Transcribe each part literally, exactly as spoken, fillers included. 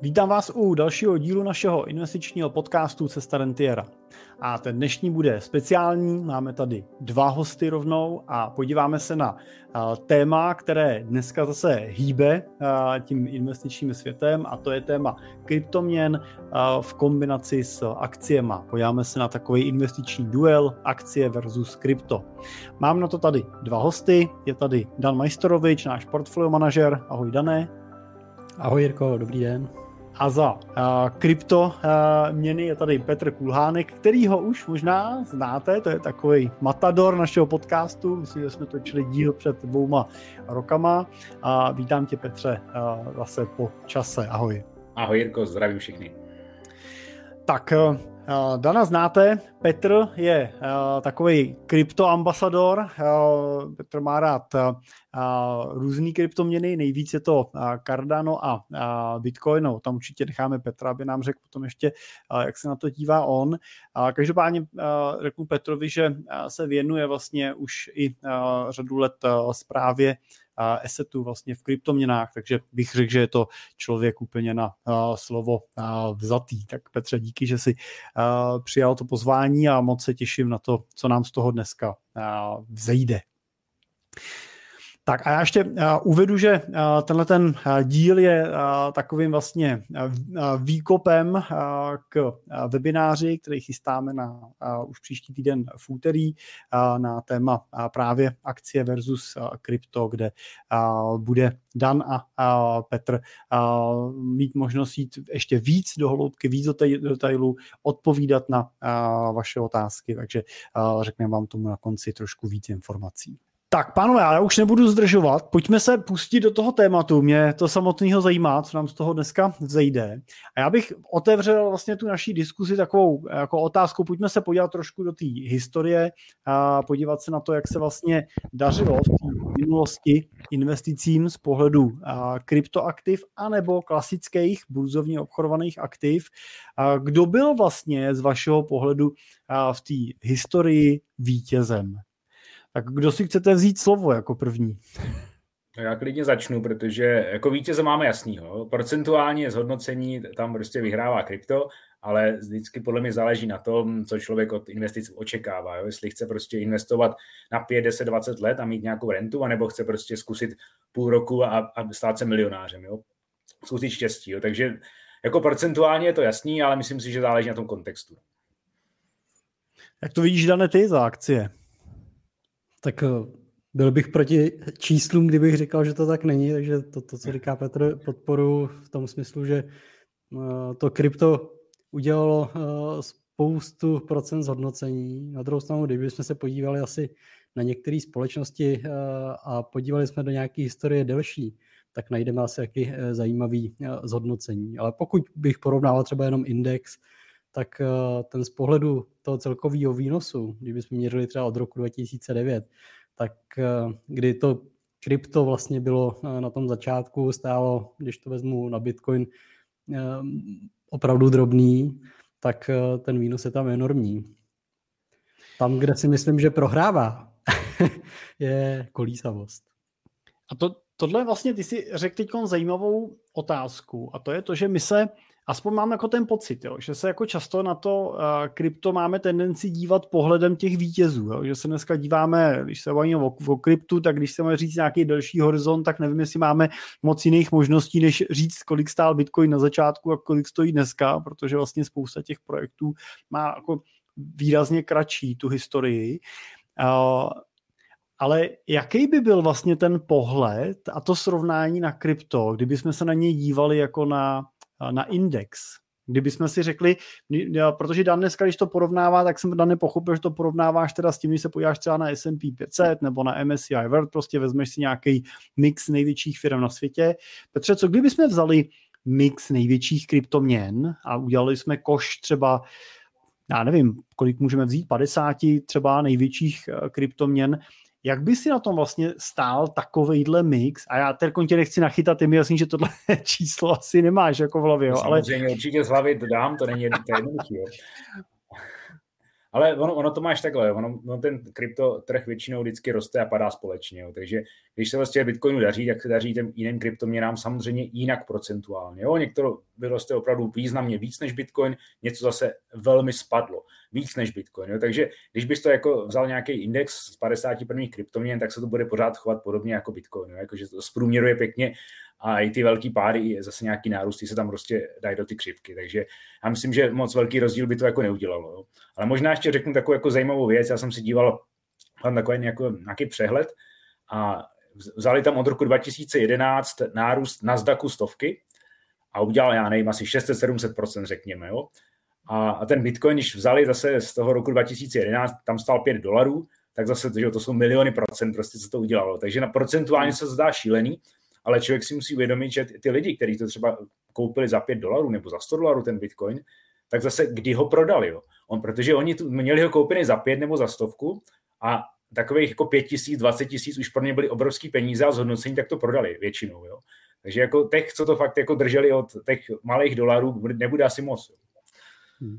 Vítám vás u dalšího dílu našeho investičního podcastu Cesta rentiera. A ten dnešní bude speciální, máme tady dva hosty rovnou a podíváme se na uh, téma, které dneska zase hýbe uh, tím investičním světem, a to je téma kryptoměn uh, v kombinaci s akciema. Podíváme se na takový investiční duel akcie versus krypto. Mám na to tady dva hosty, je tady Dan Majstorovič, náš portfolio manažer. Ahoj Dané. Ahoj Jirko, dobrý den. A za uh, krypto uh, měny je tady Petr Kulhánek, kterýho už možná znáte, to je takový matador našeho podcastu, myslím, že jsme točili díl před dvouma rokama a vítám tě, Petře, uh, zase po čase, ahoj. Ahoj Jirko, zdravím všechny. Tak, uh, Dana znáte, Petr je uh, takový kryptoambasador, uh, Petr má rád uh, různý kryptoměny, nejvíc je to uh, Cardano a uh, Bitcoin, no, tam určitě necháme Petra, aby nám řekl potom ještě, uh, jak se na to dívá on. Uh, každopádně uh, řeknu Petrovi, že uh, se věnuje vlastně už i uh, řadu let uh, správě assetů vlastně v kryptoměnách, takže bych řekl, že je to člověk úplně na uh, slovo uh, vzatý. Tak Petře, díky, že jsi uh, přijal to pozvání a moc se těším na to, co nám z toho dneska uh, vzejde. Tak a já ještě uh, uvedu, že uh, tenhle ten uh, díl je uh, takovým vlastně uh, výkopem uh, k uh, webináři, který chystáme na uh, už příští týden v úterý uh, na téma uh, právě akcie versus uh, krypto, kde uh, bude Dan a uh, Petr uh, mít možnost jít ještě víc do hloubky, víc do detailů, odpovídat na uh, vaše otázky, takže uh, řekneme vám tomu na konci trošku víc informací. Tak, pánové, já už nebudu zdržovat, pojďme se pustit do toho tématu, mě to samotného zajímá, co nám z toho dneska vzejde. A já bych otevřel vlastně tu naší diskuzi takovou jako otázkou, pojďme se podívat trošku do té historie a podívat se na to, jak se vlastně dařilo v té minulosti investicím z pohledu kryptoaktiv anebo klasických burzovně obchodovaných aktiv. A kdo byl vlastně z vašeho pohledu v té historii vítězem? Tak kdo si chcete vzít slovo jako první? Já klidně začnu, protože jako vítěze máme jasnýho. Procentuálně zhodnocení tam prostě vyhrává krypto, ale vždycky podle mě záleží na tom, co člověk od investic očekává. Jo? Jestli chce prostě investovat na pět, deset, dvacet let a mít nějakou rentu, anebo chce prostě zkusit půl roku a, a stát se milionářem. Jo? Zkusit štěstí. Jo? Takže jako procentuálně je to jasný, ale myslím si, že záleží na tom kontextu. Jak to vidíš, Dane, ty za akcie? Tak byl bych proti číslům, kdybych říkal, že to tak není, takže to, to co říká Petr, podporu v tom smyslu, že to krypto udělalo spoustu procent zhodnocení. Na druhou stranu, kdybychom se podívali asi na některé společnosti a podívali jsme do nějaké historie delší, tak najdeme asi jaký zajímavý zhodnocení. Ale pokud bych porovnával třeba jenom index, tak ten z pohledu toho celkového výnosu, kdybychom měřili třeba od roku dva tisíce devět, tak kdy to krypto vlastně bylo na tom začátku, stálo, když to vezmu na Bitcoin, opravdu drobný, tak ten výnos je tam enormní. Tam, kde si myslím, že prohrává, je kolísavost. A to, tohle vlastně ty si řekl teď zajímavou otázku, a to je to, že my se aspoň mám jako ten pocit, jo, že se jako často na to uh, krypto máme tendenci dívat pohledem těch vítězů, jo, že se dneska díváme, když se bavíme o, o kryptu, tak když se máme říct nějaký delší horizont, tak nevím, jestli máme moc jiných možností, než říct, kolik stál Bitcoin na začátku a kolik stojí dneska, protože vlastně spousta těch projektů má jako výrazně kratší tu historii. Uh, Ale jaký by byl vlastně ten pohled a to srovnání na krypto, kdyby jsme se na něj dívali jako na, na index? Kdyby jsme si řekli, protože Dan dneska, když to porovnává, tak jsem Dan nepochopil, že to porovnáváš teda s tím, když se podíváš třeba na S and P pět set nebo na M S C I World, prostě vezmeš si nějaký mix největších firm na světě. Petře, co kdyby jsme vzali mix největších kryptoměn a udělali jsme koš třeba, já nevím, kolik můžeme vzít, padesát třeba největších kryptoměn, jak by si na tom vlastně stál takovejhle mix? A já teď tě nechci nachytat, je mi jasný, že tohle číslo asi nemáš jako v hlavě. Jo, samozřejmě ale... určitě z hlavy to dám, to není jednoduché. Ale ono, ono to máš takhle, ono, ono ten kryptotrh většinou vždycky roste a padá společně, jo. Takže když se vlastně Bitcoinu daří, tak se daří těm jiným kryptoměnám samozřejmě jinak procentuálně. Jo. Někdo vyroste opravdu významně víc než Bitcoin, něco zase velmi spadlo, víc než Bitcoin. Jo. Takže když bys to jako vzal nějaký index z padesáti prvních kryptoměn, tak se to bude pořád chovat podobně jako Bitcoin. Jo. Jakože to zprůměruje pěkně a i ty velký páry, i zase nějaký nárůsty se tam prostě dají do ty křivky. Takže já myslím, že moc velký rozdíl by to jako neudělalo. Jo. Ale možná ještě řeknu takovou jako zajímavou věc. Já jsem si díval tam takový jako, nějaký přehled a vzali tam od roku dva tisíce jedenáct nárůst Nasdaqu stovky a udělal, já nevím, asi šest set sedm set procent řekněme. Jo. A, a ten Bitcoin, když vzali zase z toho roku dva tisíce jedenáct, tam stál pět dolarů, tak zase že to jsou miliony procent, prostě se to udělalo. Takže na procentuálně se zdá šílený, ale člověk si musí uvědomit, že ty lidi, kteří to třeba koupili za pět dolarů nebo za sto dolarů ten Bitcoin, tak zase kdy ho prodali. Jo? On, protože oni tu, měli ho koupený za pět nebo za stovku a takových jako pět tisíc, dvacet tisíc už pro ně byly obrovský peníze a zhodnocení, tak to prodali většinou. Jo? Takže jako těch, co to fakt jako drželi od těch malých dolarů, nebude asi moc. Hmm.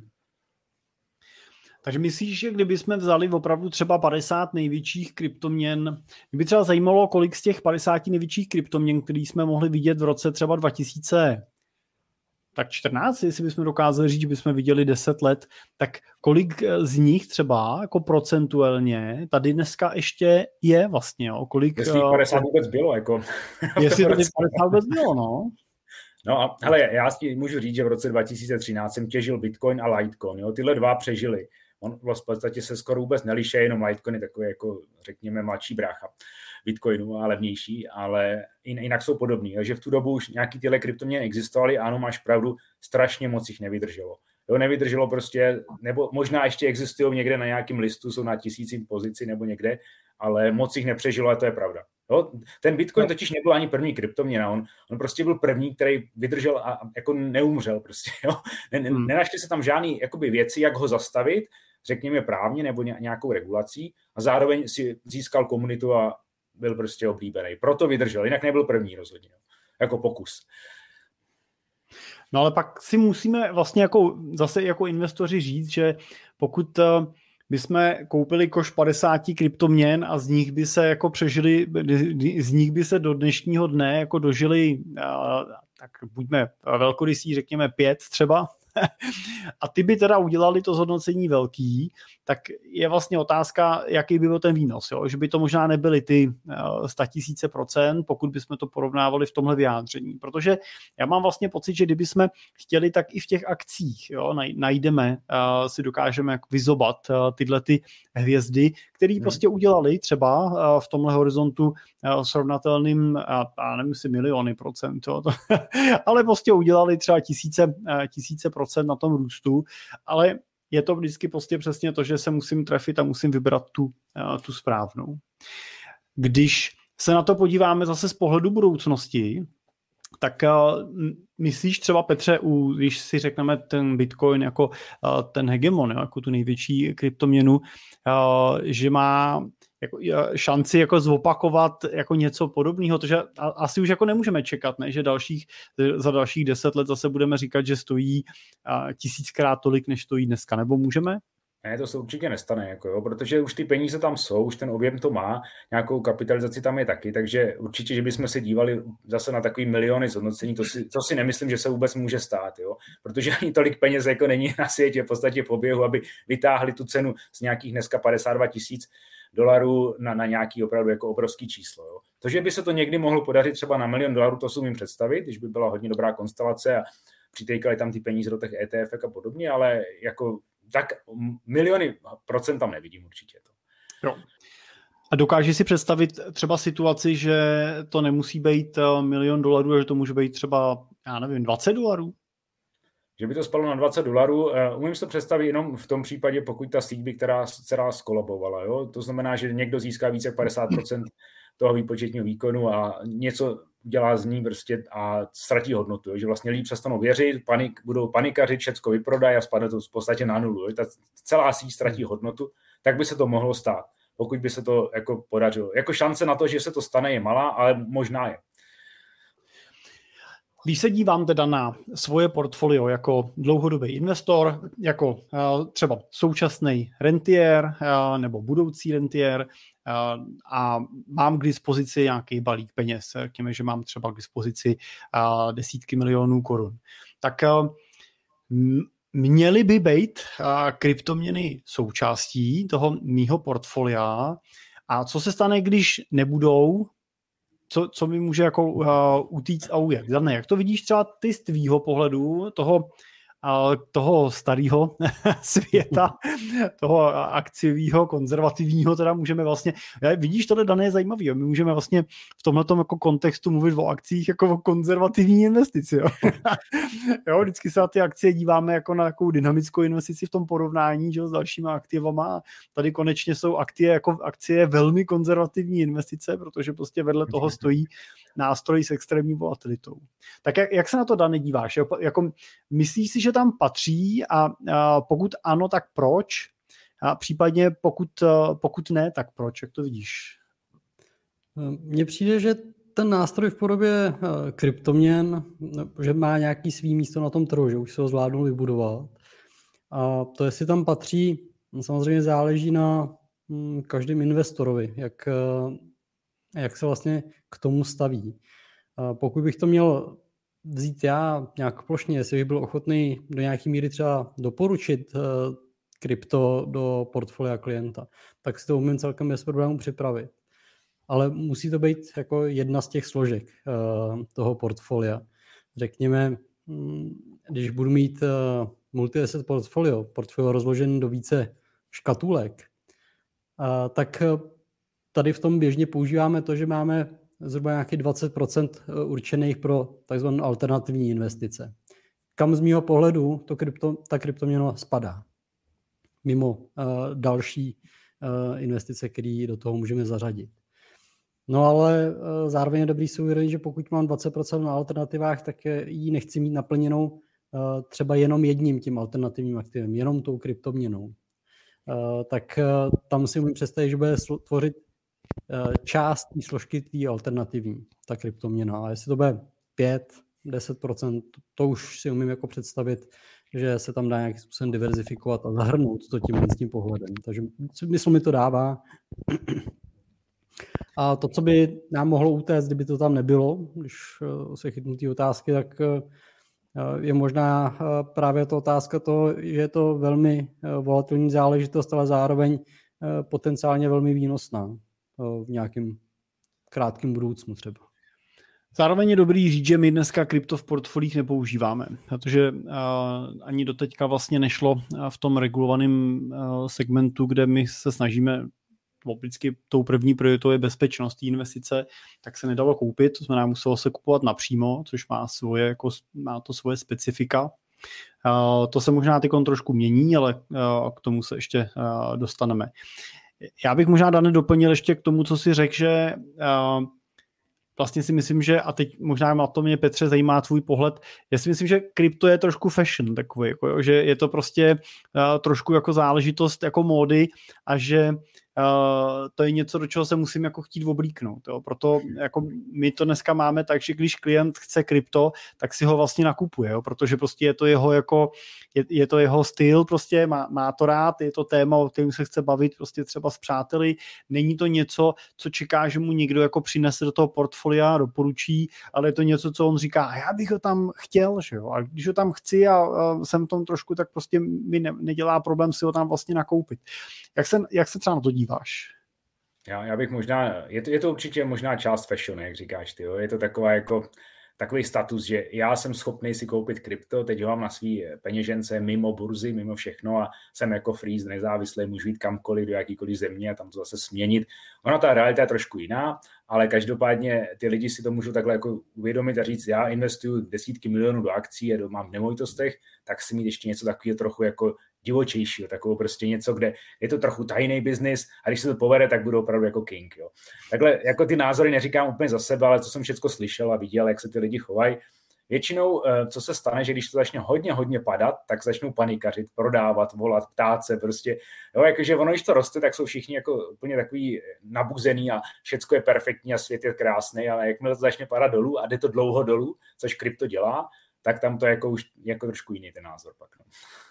Takže myslíš, že kdybychom vzali opravdu třeba padesát největších kryptoměn, kdyby třeba zajímalo, kolik z těch padesáti největších kryptoměn, který jsme mohli vidět v roce třeba dva tisíce čtrnáct, jestli bychom dokázali říct, že bychom viděli deset let, tak kolik z nich třeba jako procentuálně tady dneska ještě je vlastně, jo? Kolik... Jestli padesát vůbec bylo, jako... Jestli tady padesát vůbec bylo, no. No a hele, já si můžu říct, že v roce dva tisíce třináct jsem těžil Bitcoin a Litecoin, jo? Tyhle dva přežili. On v podstatě se skoro vůbec neliší, jenom Litecoin je takový jako, řekněme, mladší brácha Bitcoinu a levnější, ale jinak jsou podobný. Takže v tu dobu už nějaký tyhle kryptoměny existovaly, ano, máš pravdu, strašně moc jich nevydrželo. Jo, nevydrželo prostě, nebo možná ještě existují někde na nějakém listu, jsou na tisícím pozici nebo někde, ale moc jich nepřežilo a to je pravda. Jo, ten Bitcoin totiž nebyl ani první kryptoměna, on, on prostě byl první, který vydržel a jako neumřel prostě. Jo. Nenašli se tam žádný jakoby věci, jak ho zastavit, řekněme právně nebo nějakou regulací a zároveň si získal komunitu a byl prostě oblíbený. Proto vydržel, jinak nebyl první rozhodně. Jako pokus. No ale pak si musíme vlastně jako, zase jako investoři říct, že pokud bychom koupili koš padesáti kryptoměn a z nich by se jako přežili, z nich by se do dnešního dne jako dožili, tak buďme velkorysí, řekněme pět třeba, a ty by teda udělali to zhodnocení velký, tak je vlastně otázka, jaký by byl ten výnos. Jo? Že by to možná nebyly ty statisíce procent, pokud bychom to porovnávali v tomhle vyjádření. Protože já mám vlastně pocit, že kdyby jsme chtěli, tak i v těch akcích jo, najdeme, si dokážeme jako vyzobat tyhle ty hvězdy, které hmm. prostě udělali třeba v tomhle horizontu srovnatelným, já nevím, si miliony procent, jo, ale prostě udělali třeba tisíce, tisíce procent na tom růstu, ale je to vždycky prostě přesně to, že se musím trefit a musím vybrat tu, tu správnou. Když se na to podíváme zase z pohledu budoucnosti, tak myslíš třeba, Petře, u, když si řekneme ten Bitcoin jako ten hegemon, jako tu největší kryptoměnu, že má jako šanci jako zopakovat jako něco podobného, protože asi už jako nemůžeme čekat, ne? Že dalších, za dalších deset let zase budeme říkat, že stojí tisíckrát tolik, než stojí dneska, nebo můžeme? Ne, to se určitě nestane, jako jo, protože už ty peníze tam jsou, už ten objem to má, nějakou kapitalizaci tam je taky, takže určitě, že bychom se dívali zase na takový miliony zhodnocení, to si, to si nemyslím, že se vůbec může stát, jo, protože ani tolik peněz jako není na světě v podstatě v oběhu, aby vytáhli tu cenu z nějakých dneska padesát dva tisíc dolarů na, na nějaký opravdu jako obrovský číslo. Jo. To, že by se to někdy mohlo podařit třeba na milion dolarů, to si umím představit, když by byla hodně dobrá konstelace a přitejkali tam ty peníze do těch E T F a podobně, ale jako tak miliony procent tam nevidím určitě to. Jo. A dokáže si představit třeba situaci, že to nemusí být milion dolarů, ale že to může být třeba, já nevím, dvacet dolarů? Že by to spadlo na dvacet dolarů. Umím si to představit jenom v tom případě, pokud ta síť by která celá skolabovala. Jo? To znamená, že někdo získá více jak padesát procent toho výpočetního výkonu a něco dělá z ní prostě a ztratí hodnotu. Jo? Že vlastně lidi přestanou věřit, panik, budou panikařit, všecko vyprodají a spadne to v podstatě na nulu. Jo? Ta celá síť ztratí hodnotu, tak by se to mohlo stát, pokud by se to jako podařilo. Jako šance na to, že se to stane, je malá, ale možná je. Když se dívám teda na svoje portfolio jako dlouhodobý investor, jako uh, třeba současný rentier uh, nebo budoucí rentier uh, a mám k dispozici nějaký balík peněz, řekněme, že mám třeba k dispozici uh, desítky milionů korun, tak uh, m- měly by být uh, kryptoměny součástí toho mýho portfolia. A co se stane, když nebudou? Co, co mi může jako uh, utíct a ujet? Zadne, jak to vidíš třeba ty z tvýho pohledu, toho, uh, toho starého světa, toho akciového, konzervativního, teda můžeme vlastně, vidíš, tohle dané je zajímavý, my můžeme vlastně v tomhletom jako kontextu mluvit o akcích jako o konzervativní investici. Jo? Jo, vždycky se na ty akcie díváme jako na takovou dynamickou investici v tom porovnání, že, s dalšíma aktivama. Tady konečně jsou akcie jako akcie velmi konzervativní investice, protože prostě vedle toho stojí nástroj s extrémní volatilitou. Tak jak, jak se na to, Dane, díváš? Jo? Jako, myslíš si, že tam patří a, a pokud ano, tak proč? A případně pokud, pokud ne, tak proč? Jak to vidíš? Mně přijde, že ten nástroj v podobě kryptoměn, že má nějaký svý místo na tom trhu, že už se ho zvládnul vybudovat. A to, jestli tam patří, samozřejmě záleží na každém investorovi, jak, jak se vlastně k tomu staví. A pokud bych to měl vzít já nějak plošně, jestli bych byl ochotný do nějaké míry třeba doporučit krypto do portfolia klienta, tak si to umím celkem bez problémů připravit. Ale musí to být jako jedna z těch složek uh, toho portfolia. Řekněme, když budu mít uh, multi-asset portfolio, portfolio rozložené do více škatulek, uh, tak tady v tom běžně používáme to, že máme zhruba nějaký dvacet procent určených pro takzvané alternativní investice. Kam z mýho pohledu to krypto, ta kryptoměna spadá? Mimo uh, další uh, investice, které do toho můžeme zařadit. No ale uh, zároveň je dobrý si uvědomit, že pokud mám dvacet procent na alternativách, tak ji nechci mít naplněnou uh, třeba jenom jedním tím alternativním aktivem, jenom tou kryptoměnou. Uh, tak uh, tam si umím představit, že bude sl- tvořit uh, část té složky té alternativní, ta kryptoměna. A jestli to bude pět, deset procent, to už si umím jako představit, že se tam dá nějakým způsobem diverzifikovat a zahrnout to tím tím pohledem. Takže smysl mi to dává. A to, co by nám mohlo utéct, kdyby to tam nebylo, když se chytnu té otázky, tak je možná právě to otázka toho, že je to velmi volatilní záležitost, ale zároveň potenciálně velmi výnosná v nějakém krátkém budoucnu třeba. Zároveň je dobrý říct, že my dneska krypto v portfolích nepoužíváme, protože uh, ani doteďka vlastně nešlo v tom regulovaném uh, segmentu, kde my se snažíme, vždycky tou první prioritou je bezpečnost investice, tak se nedalo koupit, to znamená, muselo se kupovat napřímo, což má svoje, jako, má to svoje specifika. Uh, to se možná teď trošku mění, ale uh, k tomu se ještě uh, dostaneme. Já bych možná, Dane, doplnil ještě k tomu, co si řekl, že uh, vlastně si myslím, že, a teď možná na to mě, Petře, zajímá tvůj pohled, já si myslím, že krypto je trošku fashion takový, jako, že je to prostě uh, trošku jako záležitost jako módy a že Uh, to je něco, do čeho se musím jako chtít oblíknout. Jo. Proto jako my to dneska máme tak, že když klient chce krypto, tak si ho vlastně nakupuje, jo, protože prostě je to jeho jako, je, je to jeho styl, prostě má, má to rád, je to téma, o kterém se chce bavit prostě třeba s přáteli. Není to něco, co čeká, že mu někdo jako přinese do toho portfolia, doporučí, ale je to něco, co on říká, já bych ho tam chtěl, že jo. A když ho tam chci a, a jsem v tom trošku, tak prostě mi ne, nedělá problém si ho tam vlastně nakoupit. Jak se, jak se třeba na to díváš? Já, já bych možná, je to, je to určitě možná část fashion, jak říkáš ty, jo? Je to taková jako, takový status, že já jsem schopný si koupit krypto, teď ho mám na svý peněžence mimo burzy, mimo všechno a jsem jako freeze, nezávislý, můžu jít kamkoliv do jakýkoliv země a tam to zase směnit. Ona ta realita je trošku jiná, ale každopádně ty lidi si to můžou takhle jako uvědomit a říct, já investuju desítky milionů do akcí a mám v nemovitostech, tak si mít ještě něco takového trochu jako divočejšího, takovou prostě něco, kde je to trochu tajný biznis a když se to povede, tak budu opravdu jako king. Jo. Takhle jako ty názory neříkám úplně za sebe, ale co jsem všechno slyšel a viděl, jak se ty lidi chovají. většinou, co se stane, že když to začne hodně, hodně padat, tak začnou panikařit, prodávat, volat, ptát se prostě. Jo, jakože ono, když to roste, tak jsou všichni jako úplně takový nabuzený a všecko je perfektní a svět je krásný, ale jakmile to začne padat dolů a jde to dlouho dolů, což krypto dělá, tak tam to je jako už jako trošku jiný ten názor pak. No.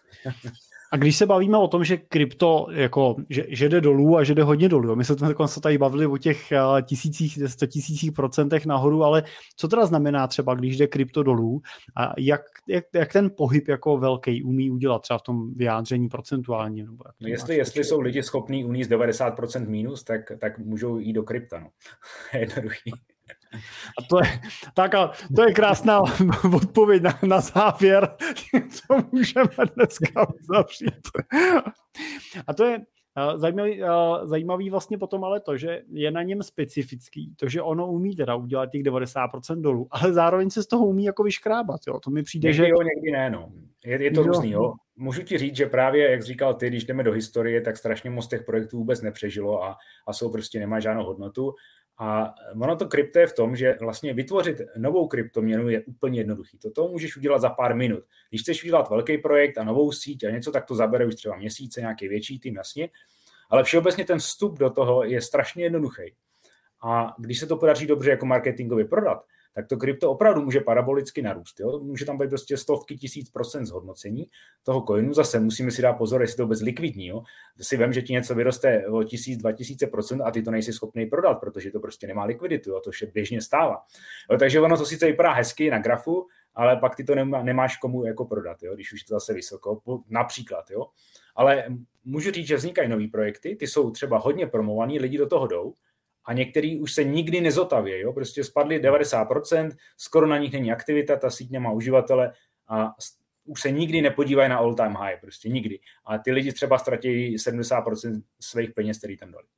A když se bavíme o tom, že krypto jako, že, že jde dolů a že jde hodně dolů, my se to tady bavili o těch tisících, sto tisících procentech nahoru, ale co teda znamená třeba, když jde krypto dolů a jak, jak, jak ten pohyb jako velký umí udělat třeba v tom vyjádření procentuálně? Nebo jak no jestli, jestli jsou lidi schopní unést devadesát procent mínus, tak, tak můžou jít do krypta. No. Jednoduchý. A to je, tak a to je krásná odpověď na, na závěr, co můžeme dneska uzavřít. A to je zajímavý, zajímavý vlastně potom ale to, že je na něm specifický, to, že ono umí teda udělat těch devadesát procent dolů, ale zároveň se z toho umí jako vyškrábat. Jo. To mi přijde, někdy že... jo, někdy ne, no. Je, je to jo. různý, jo. Můžu ti říct, že právě, jak říkal ty, když jdeme do historie, tak strašně moc těch projektů vůbec nepřežilo a, a jsou prostě nemá žádnou hodnotu. A ono to krypto je v tom, že vlastně vytvořit novou kryptoměnu je úplně jednoduchý. To můžeš udělat za pár minut. Když chceš udělat velký projekt a novou síť a něco, tak to zabere už třeba měsíce, nějaký větší tým, jasně. Ale všeobecně ten vstup do toho je strašně jednoduchý. A když se to podaří dobře jako marketingově prodat, tak to krypto opravdu může parabolicky narůst. Jo? Může tam být prostě stovky tisíc procent zhodnocení toho coinu. Zase musíme si dát pozor, jestli to vůbec likvidní. Jo? Si vem, že ti něco vyroste o tisíc, dva tisíce procent a ty to nejsi schopný prodat, protože to prostě nemá likviditu. Jo? To vše běžně stává. Jo? Takže ono to sice vypadá hezky na grafu, ale pak ty to nemá, nemáš komu jako prodat, jo? Když už to zase vysoko, například. Jo? Ale můžu říct, že vznikají nový projekty, ty jsou třeba hodně promovaný, lidi do toho jdou, a některý už se nikdy nezotaví, jo? Prostě spadly devadesát procent, skoro na nich není aktivita, ta síť nemá uživatele a už se nikdy nepodívají na all time high, prostě nikdy. A ty lidi třeba ztratí sedmdesát procent svých peněz, který tam dali.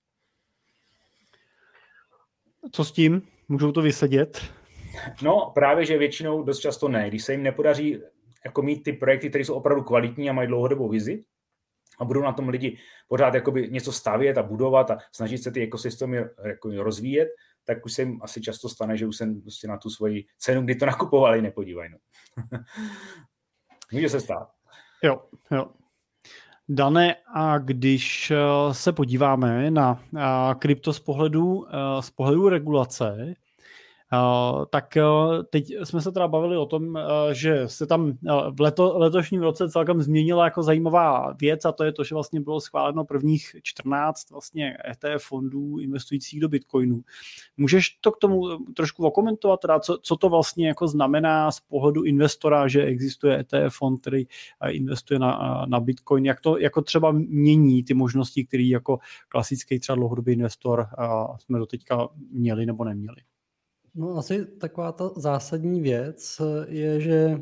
Co s tím? Můžou to vysedět? No právě, že většinou dost často ne. Když se jim nepodaří jako mít ty projekty, které jsou opravdu kvalitní a mají dlouhodobou vizi, a budou na tom lidi pořád jakoby něco stavět a budovat a snažit se ty ekosystémy jako rozvíjet, tak už se jim asi často stane, že už se prostě na tu svoji cenu, kdy to nakupovali, nepodívají. No. Může se stát. Jo, jo. Dane, a když se podíváme na krypto z pohledu, z pohledu regulace, Uh, tak uh, teď jsme se teda bavili o tom, uh, že se tam uh, v leto, letošním roce celkem změnila jako zajímavá věc a to je to, že vlastně bylo schváleno prvních čtrnáct vlastně E T F fondů investujících do Bitcoinu. Můžeš to k tomu trošku okomentovat, teda co, co to vlastně jako znamená z pohledu investora, že existuje E T F fond, který investuje na, na Bitcoin, jak to jako třeba mění ty možnosti, které jako klasický třeba dlouhodobý investor uh, jsme doteďka měli nebo neměli? No asi taková ta zásadní věc je, že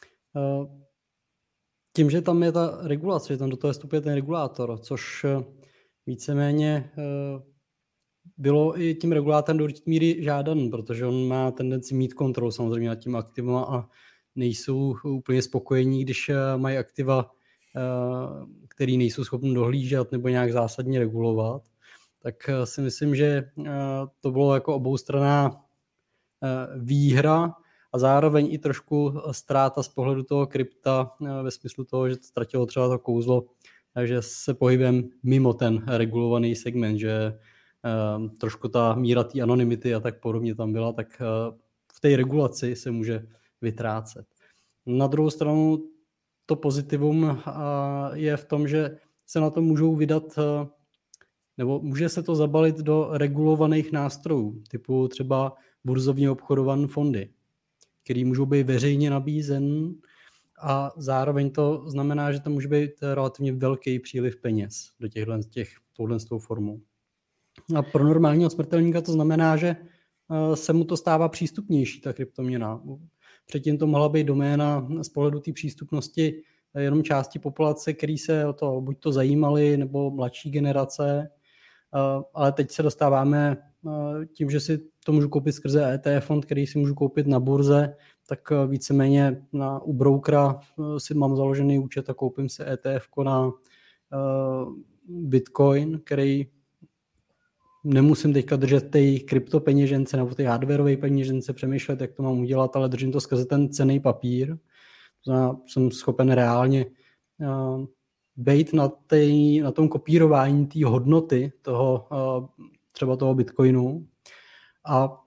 tím, že tam je ta regulace, že tam do toho vstupuje ten regulátor, což víceméně bylo i tím regulátorem do určité míry žádan, protože on má tendenci mít kontrolu samozřejmě nad tím aktivama a nejsou úplně spokojení, když mají aktiva, které nejsou schopni dohlížet nebo nějak zásadně regulovat. Tak si myslím, že to bylo jako oboustranná výhra a zároveň i trošku ztráta z pohledu toho krypta ve smyslu toho, že to ztratilo třeba to kouzlo, že se pohybem mimo ten regulovaný segment, že trošku ta míra té anonymity a tak podobně tam byla, tak v té regulaci se může vytrácet. Na druhou stranu to pozitivum je v tom, že se na to můžou vydat, nebo může se to zabalit do regulovaných nástrojů, typu třeba burzovně obchodované fondy, které můžou být veřejně nabízen a zároveň to znamená, že to může být relativně velký příliv peněz do těchto těch, touhle s tou formou. A pro normálního smrtelníka to znamená, že se mu to stává přístupnější, ta kryptoměna. Předtím to mohla být doména z pohledu té přístupnosti jenom části populace, který se o to buď to zajímali, nebo mladší generace, ale teď se dostáváme tím, že si to můžu koupit skrze E T F fond, který si můžu koupit na burze, tak víceméně na, u broukera si mám založený účet a koupím si E T F na uh, Bitcoin, který nemusím teďka držet ty kryptopeněžence nebo ty hardwareové peněžence, přemýšlet, jak to mám udělat, ale držím to skrze ten cenný papír. Jsem schopen reálně uh, být na, tej, na tom kopírování té hodnoty toho, uh, třeba toho Bitcoinu a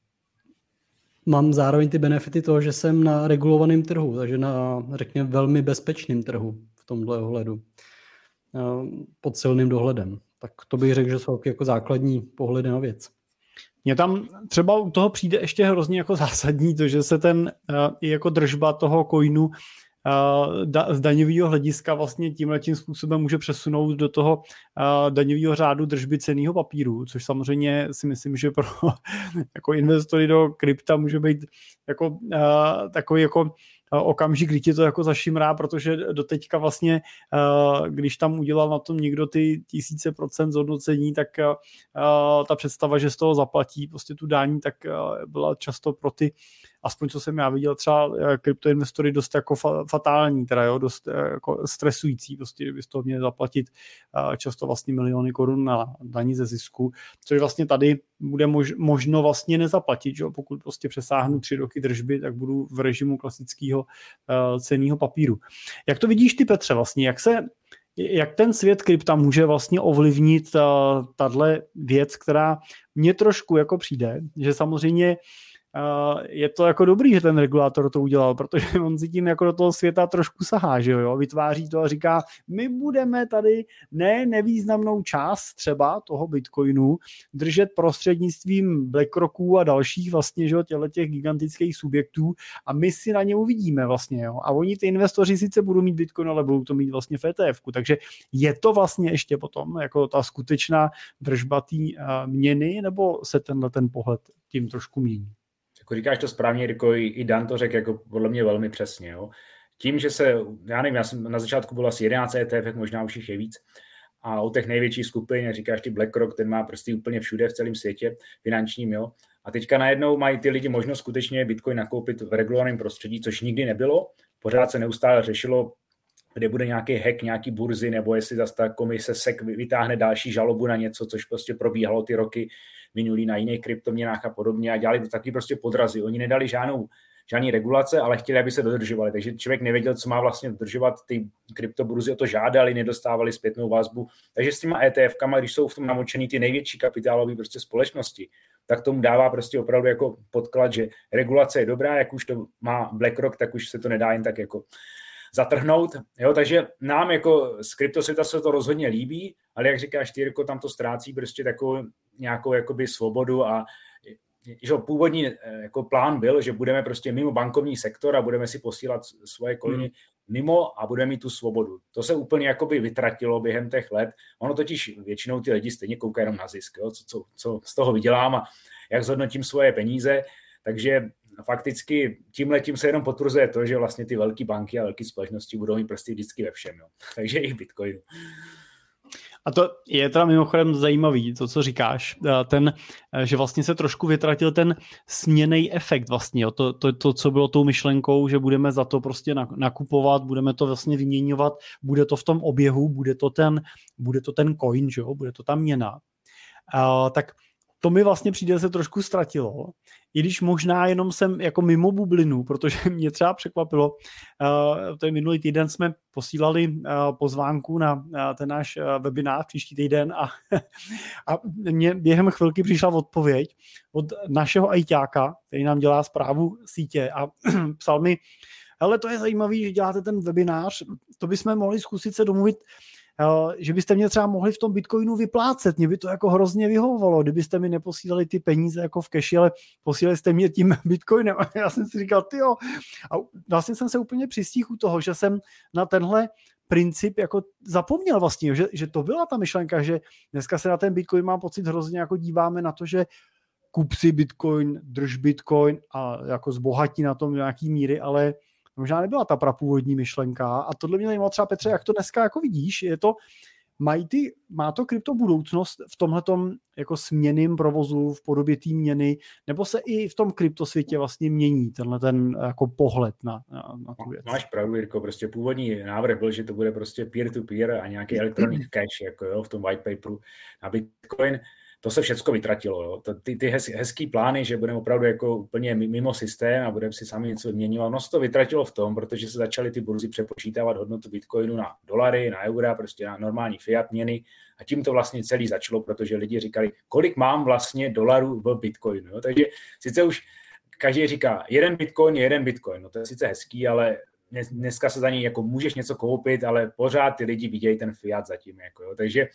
mám zároveň ty benefity toho, že jsem na regulovaném trhu, takže na, řekněme, velmi bezpečném trhu v tomhle ohledu. Uh, pod silným dohledem. Tak to bych řekl, že jsou jako základní pohledy na věc. Mně tam třeba u toho přijde ještě hrozně jako zásadní to, že se ten uh, i jako držba toho coinu uh, da, z daňového hlediska vlastně tímhletím způsobem může přesunout do toho uh, daňového řádu držby cenného papíru, což samozřejmě si myslím, že pro jako investory do krypta může být jako uh, takový jako okamžik, kdy ti to jako zašimrá, protože doteďka vlastně, když tam udělal na tom někdo ty tisíce procent zhodnocení, tak ta představa, že z toho zaplatí prostě tu daň, tak byla často pro ty, aspoň co jsem já viděl, třeba kryptoinvestory dost jako fatální, teda jo, dost jako stresující, prostě, že by z toho měli zaplatit často vlastně miliony korun na daní ze zisku, což vlastně tady bude mož, možno vlastně nezaplatit, že? Pokud prostě přesáhnu tři roky držby, tak budu v režimu klasického uh, cenného papíru. Jak to vidíš ty, Petře, vlastně, jak se, jak ten svět krypta může vlastně ovlivnit uh, tahle věc, která mně trošku jako přijde, že samozřejmě Uh, je to jako dobrý, že ten regulátor to udělal, protože on si tím jako do toho světa trošku sahá, že jo, vytváří to a říká, my budeme tady ne nevýznamnou část třeba toho Bitcoinu držet prostřednictvím BlackRocků a dalších vlastně, že jo, těch gigantických subjektů a my si na ně uvidíme vlastně, jo, a oni ty investoři sice budou mít Bitcoin, ale budou to mít vlastně v E T F ku, takže je to vlastně ještě potom jako ta skutečná držba té uh, měny, nebo se tenhle ten pohled tím trošku mění? Jako říkáš to správně, Jirko, i Dan to řekl jako podle mě velmi přesně. Jo. Tím, že se, já nevím, já jsem na začátku byl asi jedenáct E T F, možná už jich je víc, a u těch největších skupin, jak říkáš ty BlackRock, ten má prostě úplně všude v celém světě finančním, jo. A teďka najednou mají ty lidi možnost skutečně Bitcoin nakoupit v regulovaném prostředí, což nikdy nebylo. Pořád se neustále řešilo, kde bude nějaký hack, nějaký burzy, nebo jestli zase ta komise S E C vytáhne další žalobu na něco, což prostě probíhalo ty roky minulý na jiných kryptoměnách a podobně a dělali to taky prostě podrazy. Oni nedali žádnou, žádný regulace, ale chtěli, aby se dodržovali. Takže člověk nevěděl, co má vlastně dodržovat. Ty kryptoburzy o to žádali, nedostávali zpětnou vazbu. Takže s těma E T F kama, když jsou v tom namočený ty největší kapitálové prostě společnosti, tak tomu dává prostě opravdu jako podklad, že regulace je dobrá, jak už to má BlackRock, tak už se to nedá jen tak jako zatrhnout. Jo, takže nám jako z kryptosvěta se to rozhodně líbí, ale jak říkáš ty, Jirko, tam to ztrácí prostě takovou nějakou jakoby svobodu a že původní jako plán byl, že budeme prostě mimo bankovní sektor a budeme si posílat svoje coiny hmm. mimo a budeme mít tu svobodu. To se úplně jakoby vytratilo během těch let. Ono totiž většinou ty lidi stejně koukají jenom na zisk, jo? Co, co, co z toho vydělám a jak zhodnotím svoje peníze, takže fakticky tímhletím se jenom potvrzuje to, že vlastně ty velké banky a velké společnosti budou mít prostě vždycky ve všem. Jo. Takže i v Bitcoinu. A to je teda mimochodem zajímavý, to, co říkáš, ten, že vlastně se trošku vytratil ten směnný efekt vlastně, jo. To, to, to, co bylo tou myšlenkou, že budeme za to prostě nakupovat, budeme to vlastně vyměňovat, bude to v tom oběhu, bude to ten, bude to ten coin, že jo, bude to ta měna. Uh, tak to mi vlastně přijde, se trošku ztratilo, i když možná jenom jsem jako mimo bublinu, protože mě třeba překvapilo, uh, to je minulý týden jsme posílali uh, pozvánku na uh, ten náš uh, webinář příští týden a, a mě během chvilky přišla odpověď od našeho ajťáka, který nám dělá správu sítě a psal mi, hele, to je zajímavý, že děláte ten webinář, to bychom mohli zkusit se domluvit, že byste mě třeba mohli v tom Bitcoinu vyplácet. Mě by to jako hrozně vyhovovalo, kdybyste mi neposílali ty peníze jako v keši, ale posílali jste mě tím Bitcoinem. A já jsem si říkal, tyjo. A vlastně jsem se úplně přistihl u toho, že jsem na tenhle princip jako zapomněl vlastně, že, že to byla ta myšlenka, že dneska se na ten Bitcoin mám pocit hrozně jako díváme na to, že kup si Bitcoin, drž Bitcoin a jako zbohatí na tom nějaký míry, ale možná nebyla ta prapůvodní myšlenka a tohle mě zajímalo třeba, Petře, jak to dneska jako vidíš, je to, mají ty, má to krypto budoucnost v tomhletom jako směnným provozu v podobě té měny, nebo se i v tom kryptosvětě vlastně mění tenhle ten jako pohled na, na, na tu věc? Máš pravdu, Jirko, prostě původní návrh byl, že to bude prostě peer-to-peer a nějaký electronic cash, jako jo, v tom white paperu na Bitcoin. to se všecko vytratilo. Jo. To, ty, ty hez, hezký plány, že budeme opravdu jako úplně mimo systém a budeme si sami něco vyměňovat, no se to vytratilo v tom, protože se začaly ty burzy přepočítávat hodnotu bitcoinu na dolary, na eura, prostě na normální fiat měny a tím to vlastně celý začalo, protože lidi říkali, kolik mám vlastně dolarů v bitcoinu. Jo. Takže sice už každý říká, jeden bitcoin je jeden bitcoin, no to je sice hezký, ale dneska se za něj jako můžeš něco koupit, ale pořád ty lidi vidějí ten fiat zatím. Jako, jo. Takže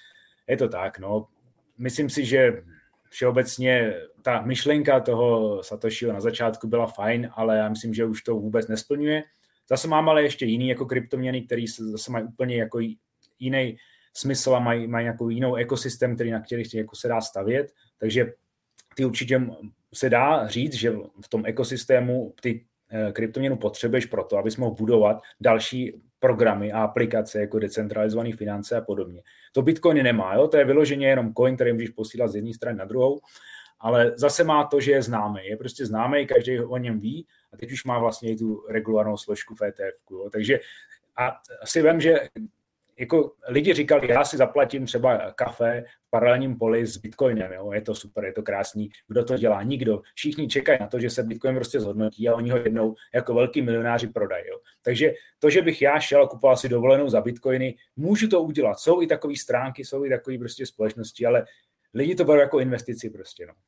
je to tak. No. Myslím si, že všeobecně ta myšlenka toho Satoshiho na začátku byla fajn, ale já myslím, že už to vůbec nesplňuje. Zase mám ale ještě jiný jako kryptoměny, který zase mají úplně jako jiný smysl a mají, mají nějakou jinou ekosystém, který na kterých jako se dá stavět. Takže ty určitě se dá říct, že v tom ekosystému ty kryptoměnu potřebuješ proto, abys mohl budovat další programy a aplikace jako decentralizované finance a podobně. To Bitcoin nemá, jo? To je vyloženě jenom coin, který můžeš posílat z jedné strany na druhou, ale zase má to, že je známý. Je prostě známý, každý o něm ví a teď už má vlastně i tu regulárnou složku v E T F. Jo? Takže a asi vím, že jako lidi říkali, já si zaplatím třeba kafe v paralelním poli s Bitcoinem, jo? Je to super, je to krásný, kdo to dělá? Nikdo. Všichni čekají na to, že se Bitcoin prostě zhodnotí a oni ho jednou jako velký milionáři prodají. Jo? Takže to, že bych já šel a kupoval si dovolenou za Bitcoiny, můžu to udělat. Jsou i takové stránky, jsou i takové prostě společnosti, ale lidi to berou jako investici prostě. No.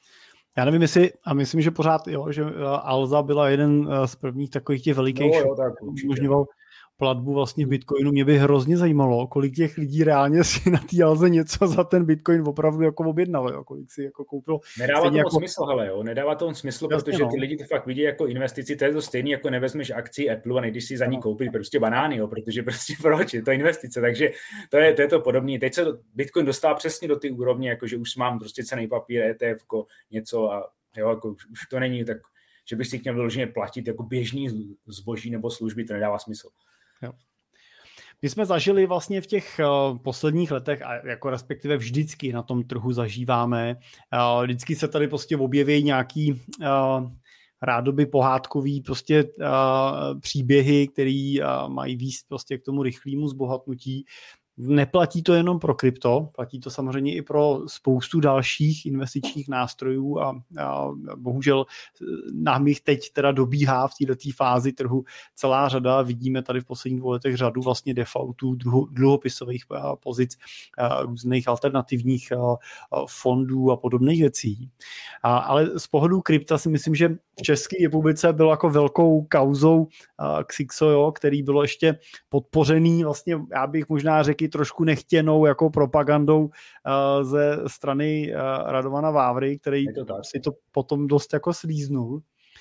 Já nevím, jestli, a myslím, že pořád, jo, že Alza byla jeden z prvních takových těch velikých, no, jo, tak umožňoval platbu vlastně v Bitcoinu. Mě by hrozně zajímalo, kolik těch lidí reálně si na té Alze něco za ten Bitcoin opravdu jako objednalo, jo? Kolik si jako koupilo. Nedává to jako... smysl, hele, jo, nedává to smysl, Jasně, protože no. ty lidi to fakt vidí jako investici, to je to stejný, jako nevezmeš akci Apple a nejdeš si za ní koupit prostě banány, jo, protože prostě proč, je to investice, takže to je to, je to podobné. Teď se Bitcoin dostává přesně do ty úrovně, jako že už mám prostě cenný papír, E T F, něco a jo, jako už, už to není tak, že bych si chtěl vyloženě platit jako běžný zboží nebo služby, to nedává smysl. Jo. My jsme zažili vlastně v těch uh, posledních letech, a jako respektive vždycky na tom trhu zažíváme, uh, vždycky se tady prostě objeví nějaký uh, rádoby pohádkový prostě uh, příběhy, který uh, mají vést prostě k tomu rychlému zbohatnutí. Neplatí to jenom pro krypto, platí to samozřejmě i pro spoustu dalších investičních nástrojů a, a bohužel nám jich teď teda dobíhá v této fázi trhu celá řada. Vidíme tady v posledních dvou letech řadu vlastně defaultů, dluhopisových pozic, různých alternativních fondů a podobných věcí. A, ale z pohledu krypta si myslím, že v České republice bylo jako velkou kauzou Xixo, který bylo ještě podpořený vlastně, já bych možná řekl, trošku nechtěnou jako propagandou uh, ze strany uh, Radovana Vávry, který to si to potom dost jako slíznul. Uh,